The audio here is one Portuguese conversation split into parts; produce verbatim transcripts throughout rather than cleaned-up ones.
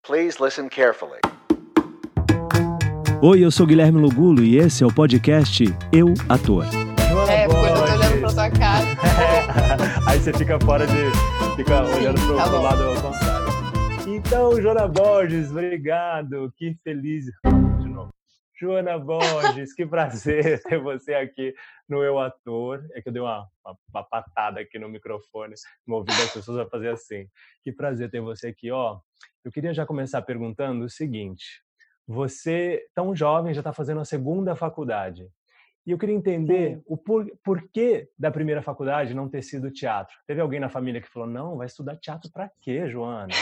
Please listen carefully. Oi, eu sou Guilherme Lugulo e esse é o podcast Eu, Ator. É, porque eu tô olhando pra tua cara. Aí você fica fora de... Fica Sim, olhando pro, tá pro bom. lado ao contrário. Então, Joana Borges, obrigado. Que feliz... De novo. Joana Borges, que prazer ter você aqui no Eu, Ator. É que eu dei uma, uma, uma patada aqui no microfone. No ouvido das pessoas vai fazer assim. Que prazer ter você aqui. Ó, eu queria já começar perguntando o seguinte. Você, tão jovem, já está fazendo a segunda faculdade. E eu queria entender Sim. o por, porquê da primeira faculdade não ter sido teatro. Teve alguém na família que falou, não, vai estudar teatro para quê, Joana?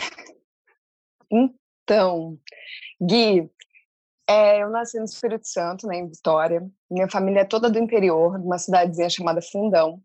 Então, Gui, é, eu nasci no Espírito Santo, né, em Vitória. Minha família é toda do interior, de uma cidadezinha chamada Fundão.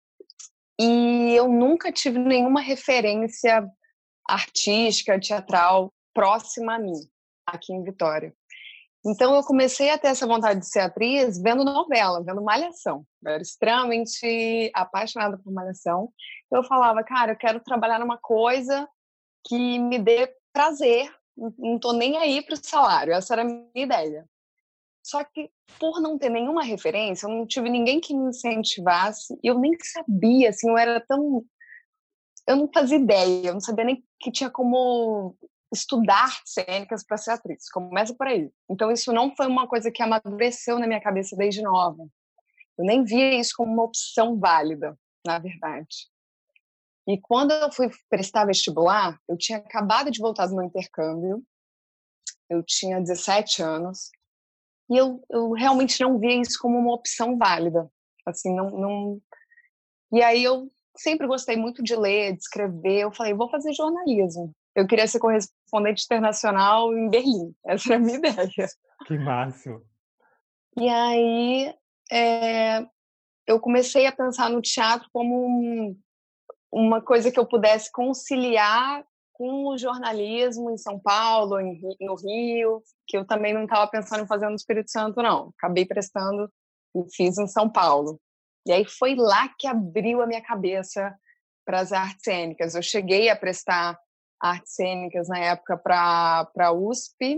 E eu nunca tive nenhuma referência artística, teatral, próxima a mim, aqui em Vitória. Então eu comecei a ter essa vontade de ser atriz vendo novela, vendo Malhação. Eu era extremamente apaixonada por Malhação. Então eu falava, cara, eu quero trabalhar numa coisa que me dê prazer, não tô nem aí pro salário, essa era a minha ideia. Só que por não ter nenhuma referência, eu não tive ninguém que me incentivasse, e eu nem sabia, assim, eu era tão... Eu não fazia ideia, eu não sabia nem que tinha como estudar artes cênicas para ser atriz. Começa por aí. Então isso não foi uma coisa que amadureceu na minha cabeça desde nova. Eu nem via isso como uma opção válida, na verdade. E quando eu fui prestar vestibular, eu tinha acabado de voltar do meu intercâmbio, eu tinha dezessete anos, e eu, eu realmente não via isso como uma opção válida. Assim, não, não... E aí eu sempre gostei muito de ler, de escrever, eu falei, vou fazer jornalismo. Eu queria ser correspondente internacional em Berlim. Essa era a minha ideia. Que máximo. E aí é, eu comecei a pensar no teatro como um, uma coisa que eu pudesse conciliar com o jornalismo em São Paulo, em, no Rio, que eu também não estava pensando em fazer no Espírito Santo, não. Acabei prestando e fiz em São Paulo. E aí foi lá que abriu a minha cabeça para as artes cênicas. Eu cheguei a prestar artes cênicas na época para a U S P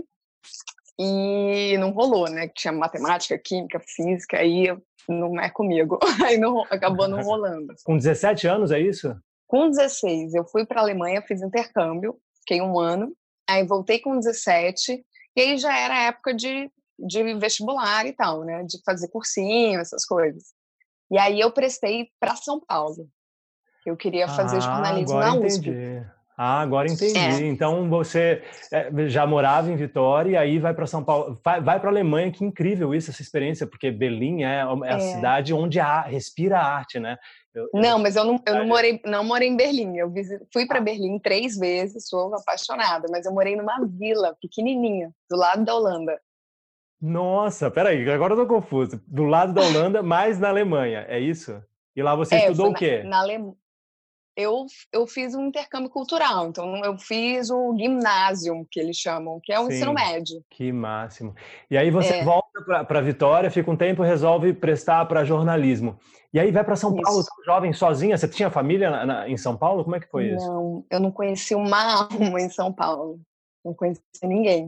e não rolou, né? Tinha matemática, química, física, aí não é comigo. Aí não, acabou não rolando. Com dezessete anos, é isso? Com dezesseis, eu fui para a Alemanha, fiz intercâmbio, fiquei um ano, aí voltei com dezessete, e aí já era época de, de vestibular e tal, né? De fazer cursinho, essas coisas. E aí eu prestei para São Paulo. Eu queria fazer Ah, jornalismo agora na U S P. entendi. Ah, agora entendi. É. Então você é, já morava em Vitória e aí vai para São Paulo, vai, vai para a Alemanha. Que incrível isso, essa experiência, porque Berlim é, é a É. cidade onde a, respira a arte, né? Eu, eu Não, mas eu não, eu não morei, não morei em Berlim. Eu visit, fui para Berlim três vezes, sou apaixonada, mas eu morei numa vila pequenininha, do lado da Holanda. Nossa, peraí, agora eu tô confuso. Do lado da Holanda, mais na Alemanha, é isso? E lá você É, estudou foi o quê? na, na Alemanha. Eu, eu fiz um intercâmbio cultural, então eu fiz o Gymnasium, que eles chamam, que é o ensino Sim, médio. que máximo. E aí você É, volta para Vitória, fica um tempo e resolve prestar para jornalismo. E aí vai para São Paulo, isso. tão jovem, sozinha? Você tinha família na, na, em São Paulo? Como é que foi isso? Não, eu não conheci uma alma em São Paulo. Não conheci ninguém.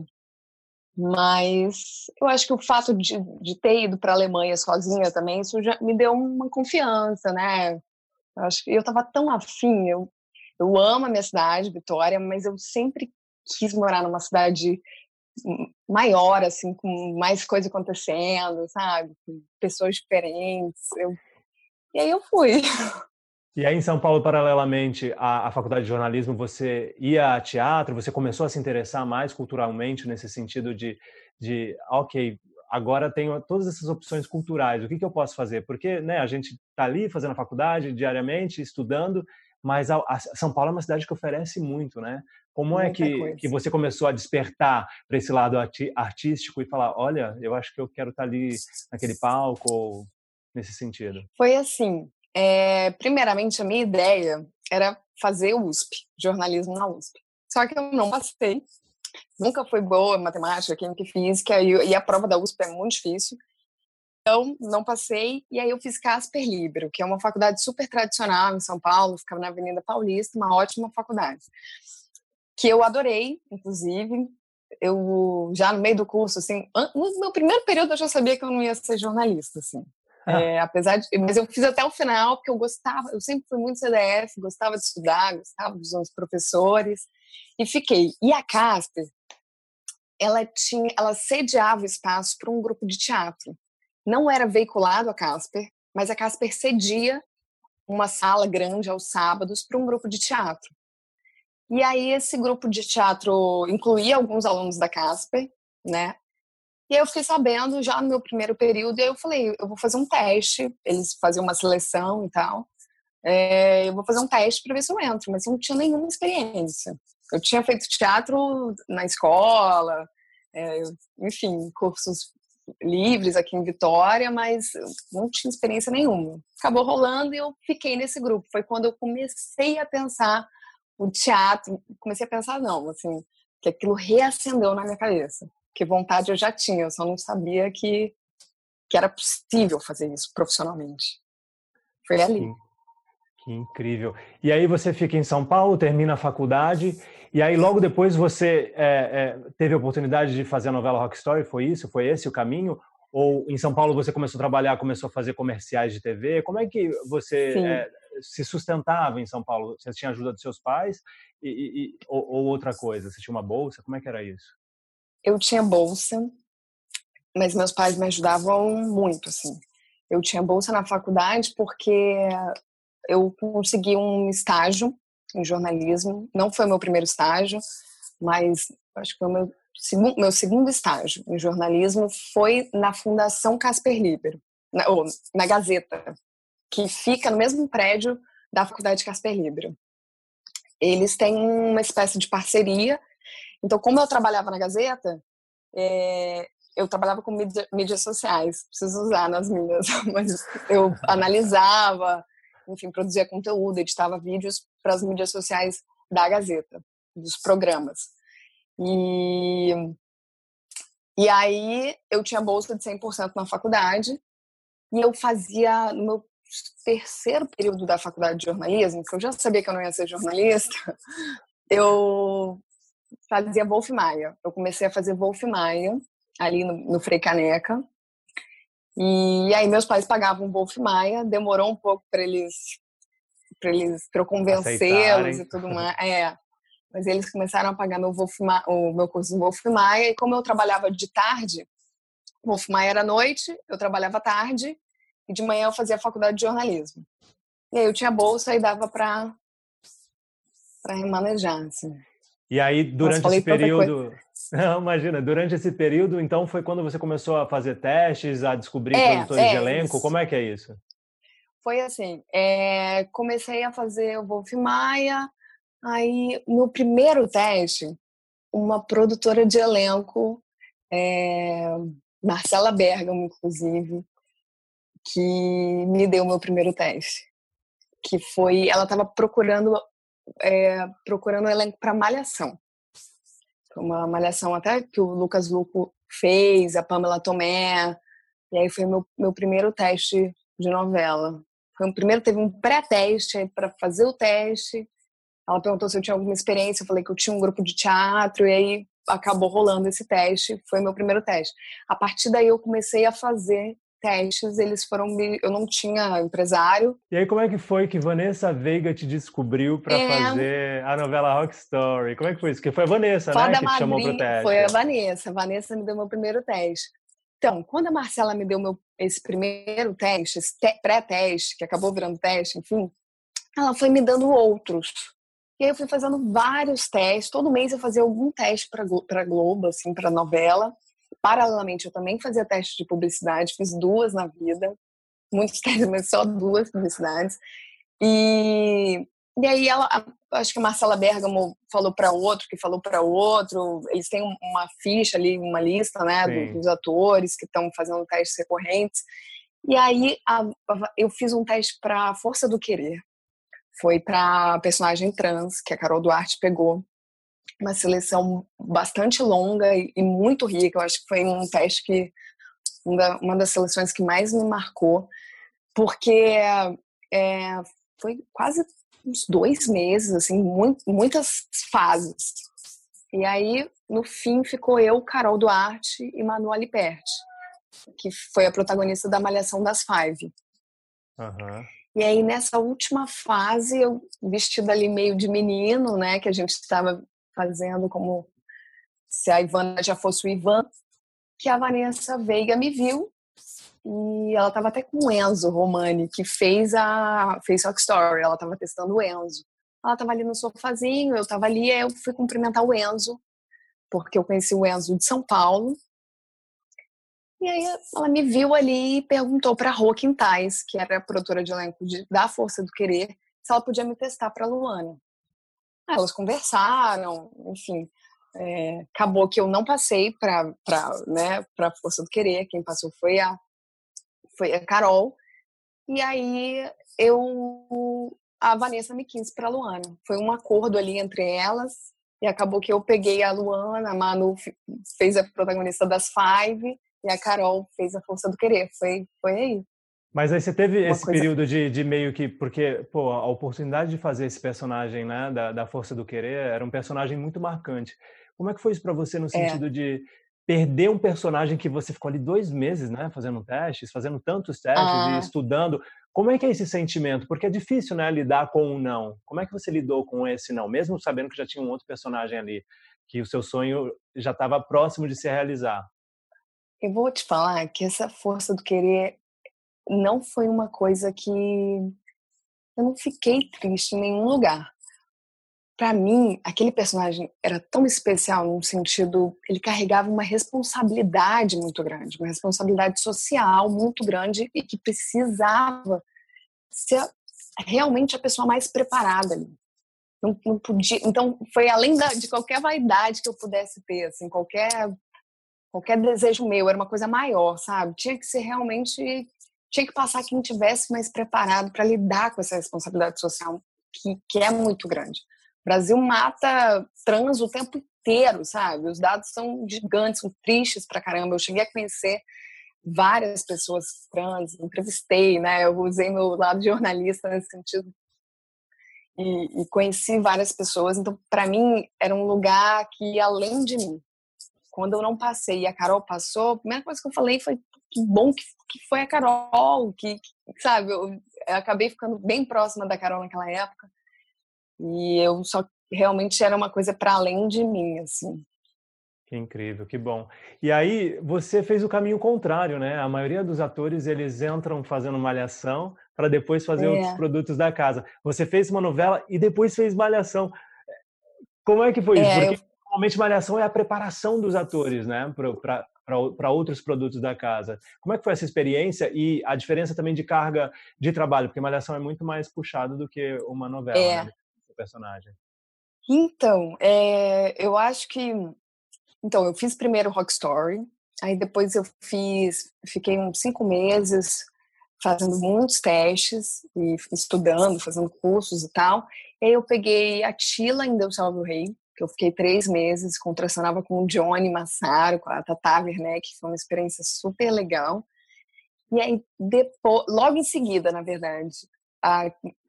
Mas eu acho que o fato de, de ter ido para a Alemanha sozinha também, isso já me deu uma confiança, né? Eu acho que eu estava tão afim, eu, eu amo a minha cidade, Vitória, mas eu sempre quis morar numa cidade maior, assim, com mais coisa acontecendo, sabe? Com pessoas diferentes. Eu... E aí eu fui. E aí em São Paulo, paralelamente à, à faculdade de jornalismo, você ia a teatro, você começou a se interessar mais culturalmente nesse sentido de, de ok, agora tenho todas essas opções culturais, o que, que eu posso fazer? Porque né, a gente está ali fazendo a faculdade diariamente, estudando, mas a, a São Paulo é uma cidade que oferece muito, né? Como é Muita que, coisa. que você começou a despertar para esse lado arti, artístico e falar, olha, eu acho que eu quero estar ali naquele palco ou nesse sentido? Foi assim, é, primeiramente a minha ideia era fazer U S P, jornalismo na U S P. Só que eu não passei, nunca fui boa em matemática, química e física, e, e a prova da U S P é muito difícil. Então, não passei, e aí eu fiz Casper Libero, que é uma faculdade super tradicional em São Paulo, ficava na Avenida Paulista, uma ótima faculdade. que eu adorei, inclusive. Eu, já no meio do curso, assim, no meu primeiro período eu já sabia que eu não ia ser jornalista, assim. Ah. É, apesar de, mas eu fiz até o final, porque eu gostava, eu sempre fui muito C D F, gostava de estudar, gostava dos meus professores, e fiquei. E a Casper, ela tinha, ela sediava espaço para um grupo de teatro. Não era veiculado a Casper, mas a Casper cedia uma sala grande aos sábados para um grupo de teatro. E aí esse grupo de teatro incluía alguns alunos da Casper, né? E aí eu fiquei sabendo já no meu primeiro período, e aí eu falei, eu vou fazer um teste, eles faziam uma seleção e tal, é, eu vou fazer um teste para ver se eu entro, mas eu não tinha nenhuma experiência. Eu tinha feito teatro na escola, é, enfim, cursos livres aqui em Vitória, mas não tinha experiência nenhuma. Acabou rolando e eu fiquei nesse grupo. Foi quando eu comecei a pensar o teatro, comecei a pensar não, assim, que aquilo reacendeu na minha cabeça. Que vontade eu já tinha, eu só não sabia que, que era possível fazer isso profissionalmente. Foi ali. Que, que incrível. E aí você fica em São Paulo, termina a faculdade, e aí logo depois você é, é, teve a oportunidade de fazer a novela Rock Story, foi isso? Foi esse o caminho? Ou em São Paulo você começou a trabalhar, começou a fazer comerciais de T V? Como é que você é, se sustentava em São Paulo? Você tinha ajuda dos seus pais e, e, ou, ou outra coisa? Você tinha uma bolsa? Como é que era isso? Eu tinha bolsa, mas meus pais me ajudavam muito, assim. Eu tinha bolsa na faculdade porque eu consegui um estágio em jornalismo. Não foi meu primeiro estágio, mas acho que foi o meu segundo, meu segundo estágio em jornalismo foi na Fundação Casper Libero, na, ou, na Gazeta, que fica no mesmo prédio da Faculdade Casper Libero. Eles têm uma espécie de parceria. Então, como eu trabalhava na Gazeta, é, eu trabalhava com mídia, mídias sociais, preciso usar nas minhas, mas eu analisava, enfim, produzia conteúdo, editava vídeos para as mídias sociais da Gazeta, dos programas. E, e aí eu tinha bolsa de cem por cento na faculdade e eu fazia, no meu terceiro período da faculdade de jornalismo, que eu já sabia que eu não ia ser jornalista, eu fazia Wolf Maia. Eu comecei a fazer Wolf Maia ali no, no Frei Caneca. E aí meus pais pagavam Wolf Maia, demorou um pouco para eles para eles para eu convencê-los e tudo mais. É. Mas eles começaram a pagar meu Wolf Maia, o meu curso de Wolf Maia, e como eu trabalhava de tarde, Wolf Maia era à noite, eu trabalhava à tarde e de manhã eu fazia a faculdade de jornalismo. E aí eu tinha bolsa e dava para para remanejar, assim. E aí, durante Nossa, esse período... Não, imagina, durante esse período, então, foi quando você começou a fazer testes, a descobrir é, produtores é, de elenco? Isso. Como é que é isso? Foi assim, é, comecei a fazer o Wolf Maia, aí no primeiro teste, uma produtora de elenco, é, Marcela Bergamo, inclusive, que me deu o meu primeiro teste. Que foi, ela estava procurando... É, procurando um elenco para Malhação. Uma Malhação até que o Lucas Luco fez, a Pamela Tomé, e aí foi meu, meu primeiro teste de novela. Foi um, primeiro teve um pré-teste para fazer o teste, ela perguntou se eu tinha alguma experiência, eu falei que eu tinha um grupo de teatro, e aí acabou rolando esse teste, foi meu primeiro teste. A partir daí eu comecei a fazer testes, eles foram, eu não tinha empresário. E aí como é que foi que Vanessa Veiga te descobriu para é... fazer a novela Rock Story? Como é que foi isso? Porque foi a Vanessa, Fada né, que Madri, te chamou pro teste. Foi a Vanessa, a Vanessa me deu meu primeiro teste. Então, quando a Marcela me deu meu, esse primeiro teste, esse te, pré-teste, que acabou virando teste, enfim, ela foi me dando outros. E aí eu fui fazendo vários testes, todo mês eu fazia algum teste para Globo, assim, para novela. Paralelamente, eu também fazia teste de publicidade, fiz duas na vida, muitos testes, mas só duas publicidades. E, e aí, ela, acho que a Marcela Bergamo falou para outro, que falou para outro. Eles têm uma ficha ali, uma lista, né, do, dos atores que estão fazendo testes recorrentes. E aí, a, a, eu fiz um teste para Força do Querer. Foi para a personagem trans, que a Carol Duarte pegou. Uma seleção bastante longa e muito rica. Eu acho que foi um teste que uma das seleções que mais me marcou, porque é, foi quase uns dois meses, assim, muito, muitas fases. E aí, no fim, ficou eu, Carol Duarte e Manu Aliperti, que foi a protagonista da Malhação das Five. Uhum. E aí, nessa última fase, eu vestida ali meio de menino, né, que a gente estava fazendo como se a Ivana já fosse o Ivan, que a Vanessa Veiga me viu e ela estava até com o Enzo Romani, que fez a fez Rock Story, ela estava testando o Enzo. Ela estava ali no sofazinho, eu estava ali, aí eu fui cumprimentar o Enzo, porque eu conheci o Enzo de São Paulo. E aí ela me viu ali e perguntou para a Rô Quintais, que era a produtora de elenco de, da Força do Querer, se ela podia me testar para a Luana. Aí elas conversaram, enfim. É, acabou que eu não passei para né, a Força do Querer, quem passou foi a, foi a Carol. E aí eu a Vanessa me quis para a Luana. Foi um acordo ali entre elas e acabou que eu peguei a Luana, a Manu fez a protagonista das Five e a Carol fez a Força do Querer. Foi, foi aí. Mas aí você teve Uma esse coisa... período de, de meio que... Porque, pô, a oportunidade de fazer esse personagem, né, da, da Força do Querer, era um personagem muito marcante. Como é que foi isso para você no sentido É. de perder um personagem que você ficou ali dois meses, né, fazendo testes, fazendo tantos testes e Ah. estudando? Como é que é esse sentimento? Porque é difícil, né, lidar com um não. Como é que você lidou com esse não? Mesmo sabendo que já tinha um outro personagem ali, que o seu sonho já estava próximo de se realizar. Eu vou te falar que essa Força do Querer não foi uma coisa que... Eu não fiquei triste em nenhum lugar. Para mim, aquele personagem era tão especial no sentido... Ele carregava uma responsabilidade muito grande, uma responsabilidade social muito grande e que precisava ser realmente a pessoa mais preparada ali. Não, não podia... Então, foi além da, de qualquer vaidade que eu pudesse ter, assim, qualquer... qualquer desejo meu, era uma coisa maior, sabe? Tinha que ser realmente... Tinha que passar quem tivesse mais preparado para lidar com essa responsabilidade social que, que é muito grande. O Brasil mata trans o tempo inteiro, sabe? Os dados são gigantes, são tristes pra caramba. Eu cheguei a conhecer várias pessoas trans, entrevistei, né? Eu usei meu lado de jornalista nesse sentido. E, e conheci várias pessoas. Então, para mim, era um lugar que ia além de mim. Quando eu não passei e a Carol passou, a primeira coisa que eu falei foi que bom que, que foi a Carol, que, que sabe, eu, eu acabei ficando bem próxima da Carol naquela época e eu só realmente era uma coisa para além de mim, assim. Que incrível, que bom. E aí você fez o caminho contrário, né? A maioria dos atores, eles entram fazendo malhação para depois fazer É. outros produtos da casa. Você fez uma novela e depois fez malhação. Como é que foi isso? É, Porque eu... normalmente malhação é a preparação dos atores, né? Para outros produtos da casa. Como é que foi essa experiência e a diferença também de carga de trabalho? Porque malhação é muito mais puxado do que uma novela, É. né? Do personagem. Então, é, eu acho que... Então, eu fiz primeiro Rock Story, aí depois eu fiz... Fiquei uns cinco meses fazendo muitos testes e estudando, fazendo cursos e tal. E aí eu peguei a Tila em Deus Salve o Rei, que eu fiquei três meses, contracionava com o Johnny Massaro, com a Tata Werneck, que foi uma experiência super legal. E aí, depois, logo em seguida, na verdade, a,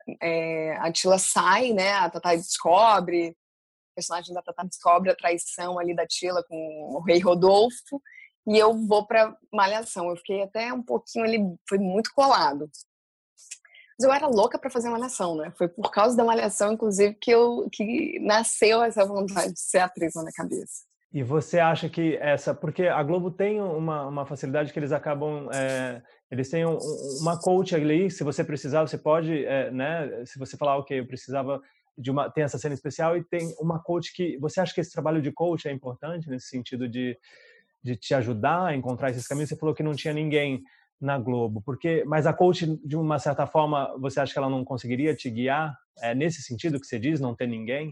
é, a Tila sai, né, a Tata descobre, o personagem da Tata descobre a traição ali da Tila com o Rei Rodolfo, e eu vou pra Malhação. Eu fiquei até um pouquinho ali, foi muito colado. Mas eu era louca para fazer Malhação, né? Foi por causa da Malhação, inclusive, que, eu, que nasceu essa vontade de ser atriz na minha cabeça. E você acha que essa... Porque a Globo tem uma, uma facilidade que eles acabam... É, eles têm um, uma coach ali, se você precisar, você pode... É, né? Se você falar, ok, eu precisava... De uma, tem essa cena especial e tem uma coach que... Você acha que esse trabalho de coach é importante nesse sentido de, de te ajudar a encontrar esses caminhos? Você falou que não tinha ninguém na Globo, porque, mas a coach, de uma certa forma, você acha que ela não conseguiria te guiar? É nesse sentido que você diz, não ter ninguém?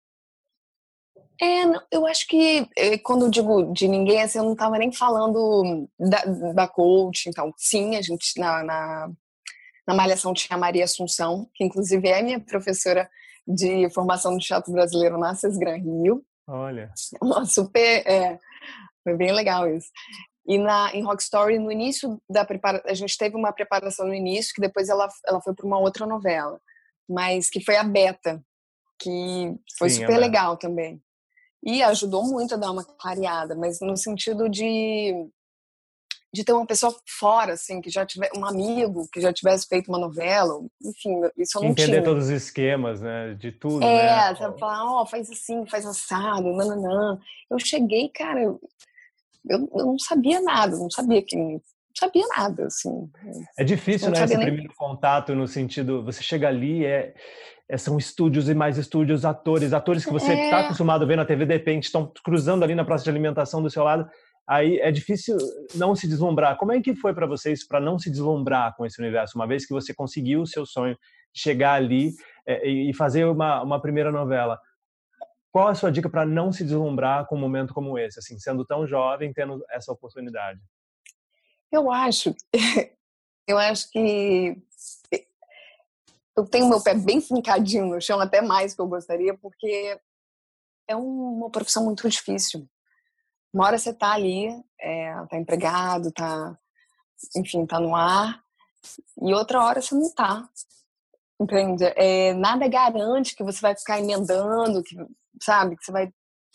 É, eu acho que quando eu digo de ninguém, assim, eu não estava nem falando da, da coach. Então, sim, a gente na, na, na Malhação tinha a Maria Assunção, que inclusive é minha professora de formação do teatro brasileiro na Sesgran Rio. Olha. Uma super... É, foi bem legal isso. E na, em Rock Story, no início da preparação, a gente teve uma preparação no início, que depois ela, ela foi para uma outra novela. mas que foi a Beta, que foi Sim, a super Beta. legal também. E ajudou muito a dar uma clareada, mas no sentido de, de ter uma pessoa fora, assim, que já tivesse, um amigo que já tivesse feito uma novela, enfim, isso eu não Entender tinha. todos os esquemas, né? De tudo, né? É, você falar, ó, oh, faz assim, faz assado, nananã. Eu cheguei, cara, eu, eu, eu não sabia nada, não sabia quem, não sabia nada, assim. É difícil, Não né? sabia Esse nem. primeiro contato no sentido, você chega ali, é, é, são estúdios e mais estúdios, atores, atores que você está É, acostumado a ver na T V, de repente estão cruzando ali na praça de alimentação do seu lado. Aí é difícil não se deslumbrar. Como é que foi para você isso, para não se deslumbrar com esse universo, uma vez que você conseguiu o seu sonho de chegar ali é, e fazer uma, uma primeira novela? Qual a sua dica para não se deslumbrar com um momento como esse, assim, sendo tão jovem, tendo essa oportunidade? eu acho, eu acho que eu tenho meu pé bem fincadinho no chão, até mais que eu gostaria, porque é uma profissão muito difícil. Uma hora você tá ali, é, tá empregado, tá, enfim, tá no ar, e outra hora você não tá, entende? É, nada garante que você vai ficar emendando, que, sabe, que você vai...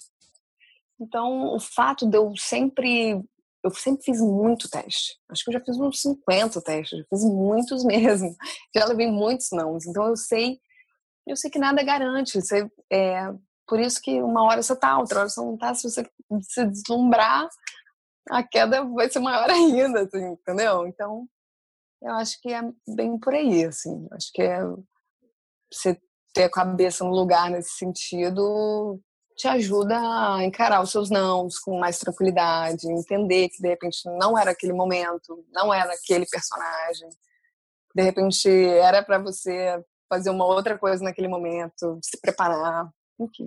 Então, o fato de eu sempre... Eu sempre fiz muito teste. Acho que eu já fiz uns cinquenta testes, já fiz muitos mesmo. Já levei muitos nãos. Então, eu sei, eu sei que nada garante. Você, é, por isso que uma hora você tá, outra hora você não tá. Se você se deslumbrar, a queda vai ser maior ainda, assim, entendeu? Então, eu acho que é bem por aí, assim. Acho que é você ter a cabeça no lugar nesse sentido te ajuda a encarar os seus nãos com mais tranquilidade, entender que de repente não era aquele momento, não era aquele personagem, de repente era para você fazer uma outra coisa naquele momento, se preparar, enfim.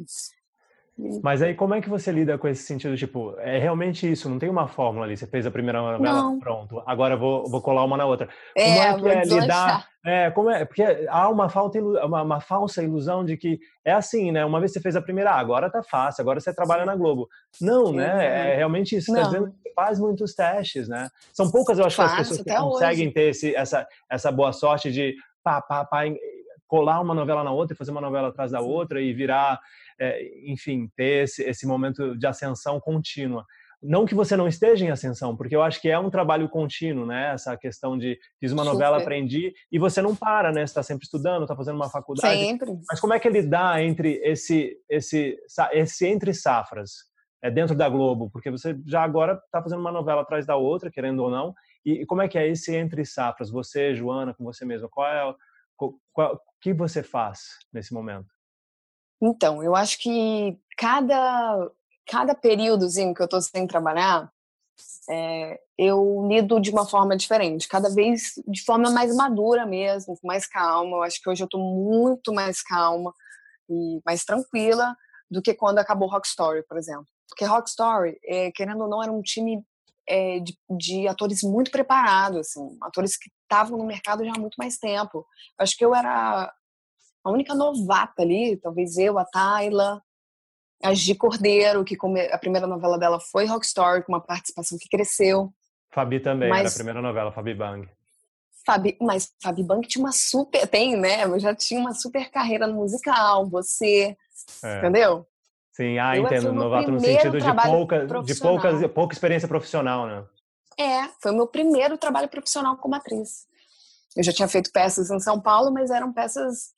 Mas aí como é que você lida com esse sentido, tipo, é realmente isso, não tem uma fórmula ali, você fez a primeira novela, Não, pronto, agora eu vou, vou colar uma na outra. Como é é, que vou é lidar, deslanchar. é, como é, porque há uma, falta, uma, uma falsa ilusão de que é assim, né, uma vez você fez a primeira, ah, agora tá fácil, agora você trabalha na Globo. Não, né, é realmente isso, você tá dizendo Não, que faz muitos testes, né, são poucas, eu acho que as pessoas faço que até hoje. conseguem ter esse, essa, essa boa sorte de pá, pá, pá, colar uma novela na outra e fazer uma novela atrás da outra e virar, é, enfim, ter esse, esse momento de ascensão contínua. Não que você não esteja em ascensão, porque eu acho que é um trabalho contínuo, né? Essa questão de fiz uma novela, Super. aprendi, e você não para, né? Você está sempre estudando, está fazendo uma faculdade. Sempre. Mas como é que ele dá entre esse, esse, esse entre safras é, dentro da Globo? Porque você já agora está fazendo uma novela atrás da outra, querendo ou não. E, e como é que é esse entre safras? Você, Joana, com você mesma, qual é o que você faz nesse momento? Então, eu acho que cada, cada períodozinho que eu tô sem trabalhar, é, eu lido de uma forma diferente, cada vez de forma mais madura mesmo, com mais calma. Eu acho que hoje eu tô muito mais calma e mais tranquila do que quando acabou Rock Story, por exemplo. Porque Rock Story, é, querendo ou não, era um time é, de, de atores muito preparados, assim, atores que estavam no mercado já há muito mais tempo. Eu acho que eu era a única novata ali, talvez eu, a Tayla, a Gi Cordeiro, que a primeira novela dela foi Rock Story, com uma participação que cresceu. Fabi também, mas, era a primeira novela, Fabi Bang. Fabi, mas Fabi Bang tinha uma super, tem, né? Eu já tinha uma super carreira no musical, você, É. Entendeu? Sim, ah, eu, entendo, foi o meu novato no primeiro sentido de trabalho pouca, de pouca, pouca experiência profissional, né? É, foi o meu primeiro trabalho profissional como atriz. Eu já tinha feito peças em São Paulo, mas eram peças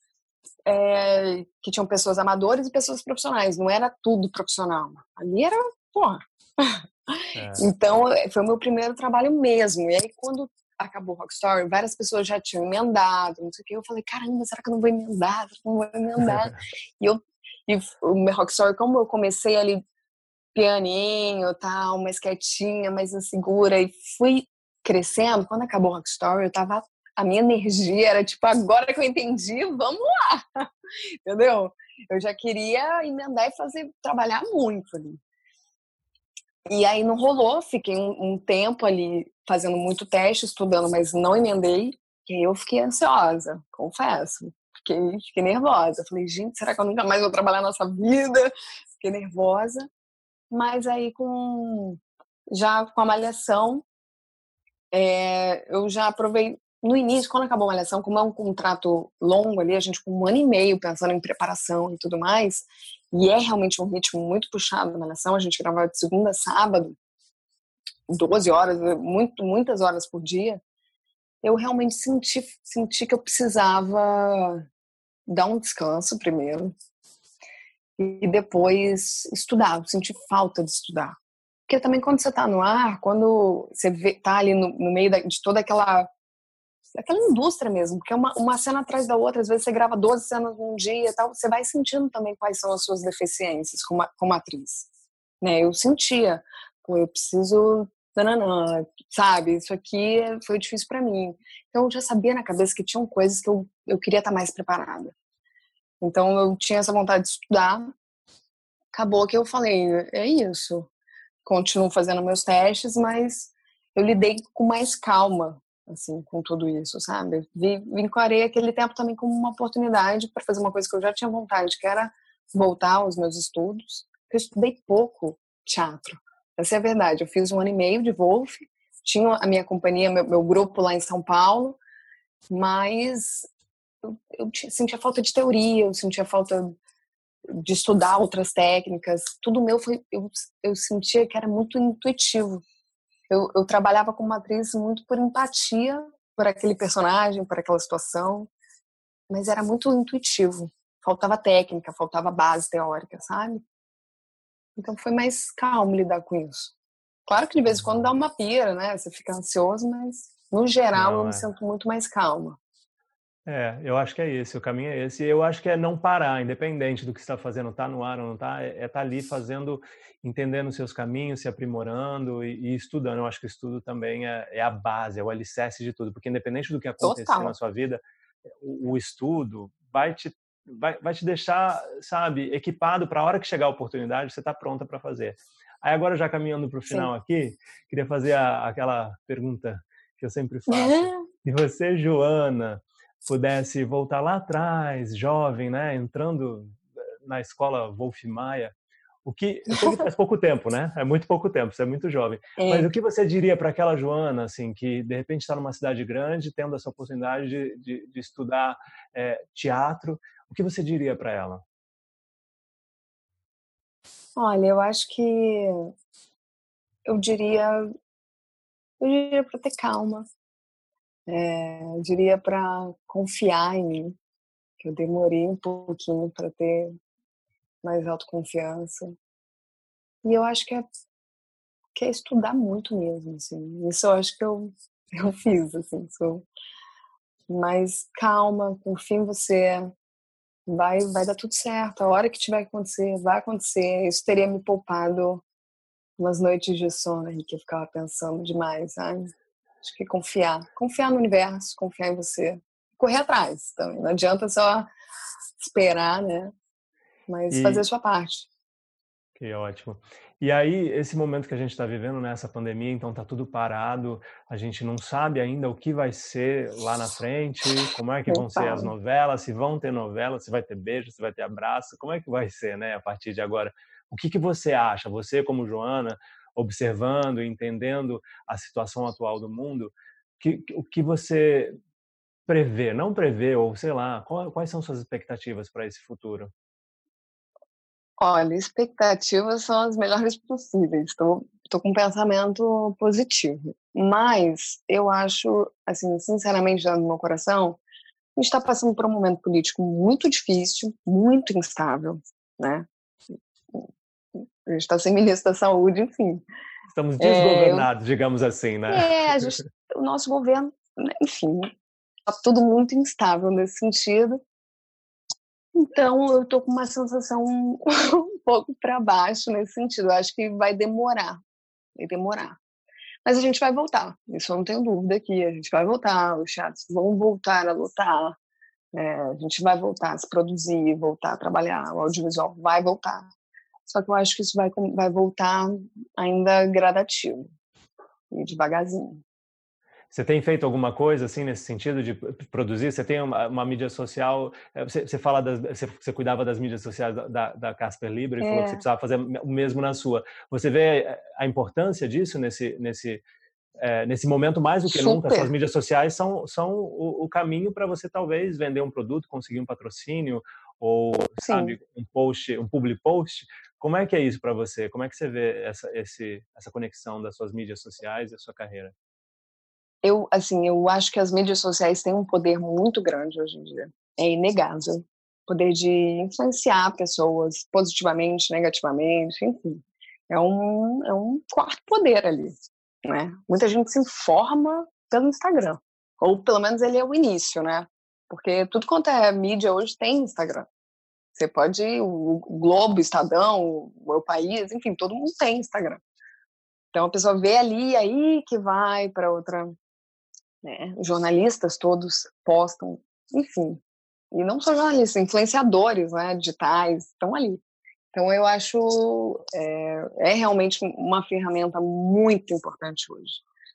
é, que tinham pessoas amadoras e pessoas profissionais, não era tudo profissional. Ali era, porra. É. Então, foi o meu primeiro trabalho mesmo. E aí, quando acabou o Rock Story, várias pessoas já tinham emendado, não sei o que. Eu falei, caramba, será que eu não vou emendar? Será que eu não vou emendar? e, eu, e o meu Rock Story, como eu comecei ali pianinho, tal, mais quietinha, mais insegura, e fui crescendo, quando acabou o Rock Story, eu tava... A minha energia era tipo, agora que eu entendi, vamos lá! Entendeu? Eu já queria emendar e fazer, trabalhar muito ali. E aí não rolou, fiquei um, um tempo ali fazendo muito teste, estudando, mas não emendei. E aí eu fiquei ansiosa, confesso. Fiquei, fiquei nervosa. Falei, gente, será que eu nunca mais vou trabalhar nessa vida? Fiquei nervosa. Mas aí com já com a Malhação, é, eu já aproveitei, no início, quando acabou a Malhação, como é um contrato longo ali, a gente com um ano e meio pensando em preparação e tudo mais, e é realmente um ritmo muito puxado da Malhação, a gente gravava de segunda a sábado, doze horas, muito, muitas horas por dia, eu realmente senti, senti que eu precisava dar um descanso primeiro e depois estudar, eu senti falta de estudar. Porque também quando você tá no ar, quando você vê, tá ali no, no meio da, de toda aquela aquela indústria mesmo, porque é uma, uma cena atrás da outra, às vezes você grava doze cenas num dia e tal, você vai sentindo também quais são as suas deficiências como, como atriz, né? Eu sentia, pô, eu preciso, nananã, sabe? Isso aqui foi difícil pra mim. Então eu já sabia na cabeça que tinham coisas que eu, eu queria estar mais preparada. Então eu tinha essa vontade de estudar, acabou que eu falei, é isso, continuo fazendo meus testes, mas eu lidei com mais calma, assim, com tudo isso, sabe? Vi, encarei aquele tempo também como uma oportunidade para fazer uma coisa que eu já tinha vontade, que era voltar aos meus estudos. Eu estudei pouco teatro, essa é a verdade. Eu fiz um ano e meio de Wolf, tinha a minha companhia, meu, meu grupo lá em São Paulo, mas eu, eu sentia falta de teoria, eu sentia falta de estudar outras técnicas. Tudo meu foi, eu, eu sentia que era muito intuitivo. Eu, eu trabalhava como atriz muito por empatia por aquele personagem, por aquela situação, mas era muito intuitivo. Faltava técnica, faltava base teórica, sabe? Então foi mais calmo lidar com isso. Claro que de vez em quando dá uma pira, né? Você fica ansioso, mas no geral Não, eu me é. sinto muito mais calma. É, eu acho que é esse, o caminho é esse. E eu acho que é não parar, independente do que você está fazendo, tá no ar ou não tá, é estar tá ali fazendo, entendendo os seus caminhos, se aprimorando e, e estudando. Eu acho que o estudo também é, é a base, é o alicerce de tudo, porque independente do que acontecer na Total. sua vida, o, o estudo vai te, vai, vai te deixar, sabe, equipado para a hora que chegar a oportunidade, você está pronta para fazer. Aí agora, já caminhando para o final Sim. aqui, queria fazer a, aquela pergunta que eu sempre faço. E você, Joana, pudesse voltar lá atrás, jovem, né, entrando na escola Wolf Maia, o que, eu sei que faz pouco tempo, né? É muito pouco tempo, você é muito jovem. É. Mas o que você diria para aquela Joana, assim, que de repente está numa cidade grande, tendo essa oportunidade de, de, de estudar é, teatro, o que você diria para ela? Olha, eu acho que eu diria, eu diria para ter calma. É, eu diria para confiar em mim, que eu demorei um pouquinho para ter mais autoconfiança. E eu acho que é, que é estudar muito mesmo, assim. Isso eu acho que eu, eu fiz, assim. Sou mais calma, confia em você. Vai, vai dar tudo certo. A hora que tiver que acontecer, vai acontecer. Isso teria me poupado umas noites de sono aí que eu ficava pensando demais, sabe? Acho que confiar. Confiar no universo, confiar em você. Correr atrás também. Não adianta só esperar, né? Mas fazer a E sua parte. que ótimo. E aí, esse momento que a gente está vivendo, né, essa pandemia, então tá tudo parado, a gente não sabe ainda o que vai ser lá na frente, como é que Nem vão ser as falo. novelas, se vão ter novelas, se vai ter beijo, se vai ter abraço, como é que vai ser, né, a partir de agora? O que que você acha, você como Joana, observando, entendendo a situação atual do mundo, que, o que você prevê, não prevê, ou sei lá, qual- quais são suas expectativas para esse futuro? Olha, expectativas são as melhores possíveis. Estou tô com um pensamento positivo. Mas eu acho, assim, sinceramente, dentro do meu coração, a gente está passando por um momento político muito difícil, muito instável, né? A gente está sem ministro da saúde, enfim. Estamos É, eu, desgovernados, digamos assim, né? é a gente, o nosso governo, né, enfim, está tudo muito instável nesse sentido. Então, eu tô com uma sensação um pouco para baixo nesse sentido. Eu acho que vai demorar, vai demorar. Mas a gente vai voltar, isso eu não tenho dúvida que a gente vai voltar, os teatros vão voltar a lotar, é, a gente vai voltar a se produzir, voltar a trabalhar, o audiovisual vai voltar. Só que eu acho que isso vai, vai voltar ainda gradativo e devagarzinho. Você tem feito alguma coisa assim nesse sentido de produzir? Você tem uma, uma mídia social? Você, você fala das, você, você cuidava das mídias sociais da, da Casper Libro e falou que você É, precisava fazer o mesmo na sua. Você vê a importância disso nesse nesse é, nesse momento, mais do que Super. nunca, suas mídias sociais são, são o, o caminho para você talvez vender um produto, conseguir um patrocínio, ou, Sim. sabe, um post, um public post. Como é que é isso para você? Como é que você vê essa, esse, essa conexão das suas mídias sociais e a sua carreira? Eu, assim, eu acho que as mídias sociais têm um poder muito grande hoje em dia. É inegável. Poder de influenciar pessoas positivamente, negativamente, enfim. É um, é um quarto poder ali, né? Muita gente se informa pelo Instagram. Ou, pelo menos, ele é o início, né? Porque tudo quanto é mídia hoje tem Instagram. Você pode... O Globo, Estadão, o Meu País, enfim, todo mundo tem Instagram. Então, a pessoa vê ali, aí que vai para outra... Né? Os jornalistas todos postam, enfim. E não só jornalistas, influenciadores, né, digitais, estão ali. Então, eu acho é, é realmente uma ferramenta muito importante hoje.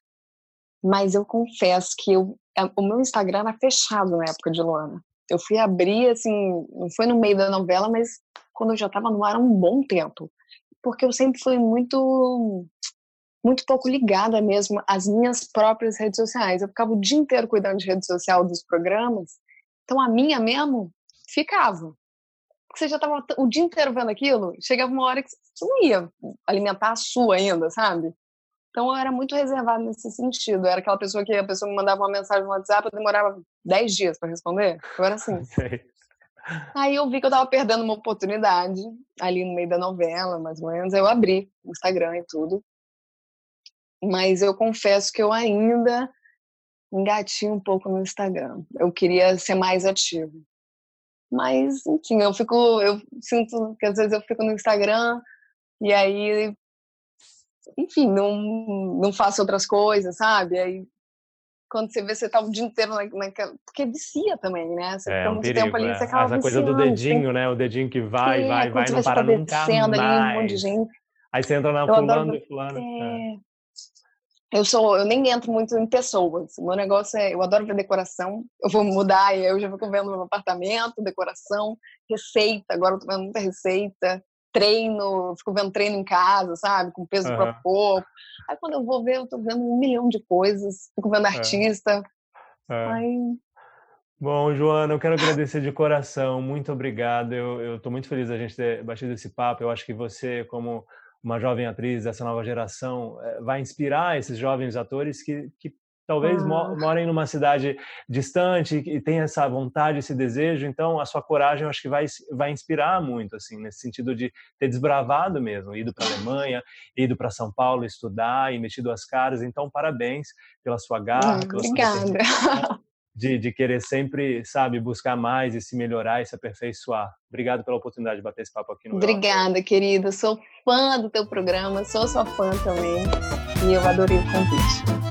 Mas eu confesso que eu, o meu Instagram era fechado na época de Luana. Eu fui abrir, assim, não foi no meio da novela, mas quando eu já estava no ar há um bom tempo. Porque eu sempre fui muito... muito pouco ligada mesmo às minhas próprias redes sociais. Eu ficava o dia inteiro cuidando de rede social dos programas, então a minha mesmo ficava. Porque você já estava o dia inteiro vendo aquilo, chegava uma hora que você não ia alimentar a sua ainda, sabe? Então eu era muito reservada nesse sentido. Eu era aquela pessoa que a pessoa me mandava uma mensagem no WhatsApp, eu demorava dez dias para responder. Eu era assim. Aí eu vi que eu estava perdendo uma oportunidade ali no meio da novela, mais ou menos. Aí eu abri o Instagram e tudo. Mas eu confesso que eu ainda engatinho um pouco no Instagram. Eu queria ser mais ativa. Mas, enfim, eu fico, eu sinto que às vezes eu fico no Instagram e aí, enfim, não, não faço outras coisas, sabe? Aí, quando você vê, você tá o dia inteiro naquela... Porque vicia também, né? Você É, fica um muito perigo, tempo ali, é. você acaba Essa coisa do viciando, dedinho, tem... né? O dedinho que vai, é, vai, vai, não para vai nunca descendo ali, um monte de mais. gente. Aí você entra na Eu fulano adoro... e fulano. É... Eu sou, eu nem entro muito em pessoas. O meu negócio é, eu adoro ver decoração. Eu vou mudar e eu já fico vendo meu apartamento, decoração, receita. Agora eu tô vendo muita receita, treino, fico vendo treino em casa, sabe, com peso do próprio corpo. Aí quando eu vou ver, eu tô vendo um milhão de coisas, fico vendo artista. É. É. Aí... Bom, Joana, eu quero agradecer de coração. Muito obrigado. Eu, eu tô muito feliz da gente ter batido esse papo. Eu acho que você, como uma jovem atriz dessa nova geração, vai inspirar esses jovens atores que, que talvez ah. morem numa cidade distante e tenham essa vontade, esse desejo. Então, a sua coragem, eu acho que vai, vai inspirar muito, assim, nesse sentido de ter desbravado mesmo, ido para a Alemanha, ido para São Paulo estudar e metido as caras. Então, parabéns pela sua garra, hum, pela obrigada. sua determinação. De, de querer sempre, sabe, buscar mais e se melhorar e se aperfeiçoar. Obrigado pela oportunidade de bater esse papo aqui no Obrigada, querida. Sou fã do teu programa, sou sua fã também. E eu adorei o convite.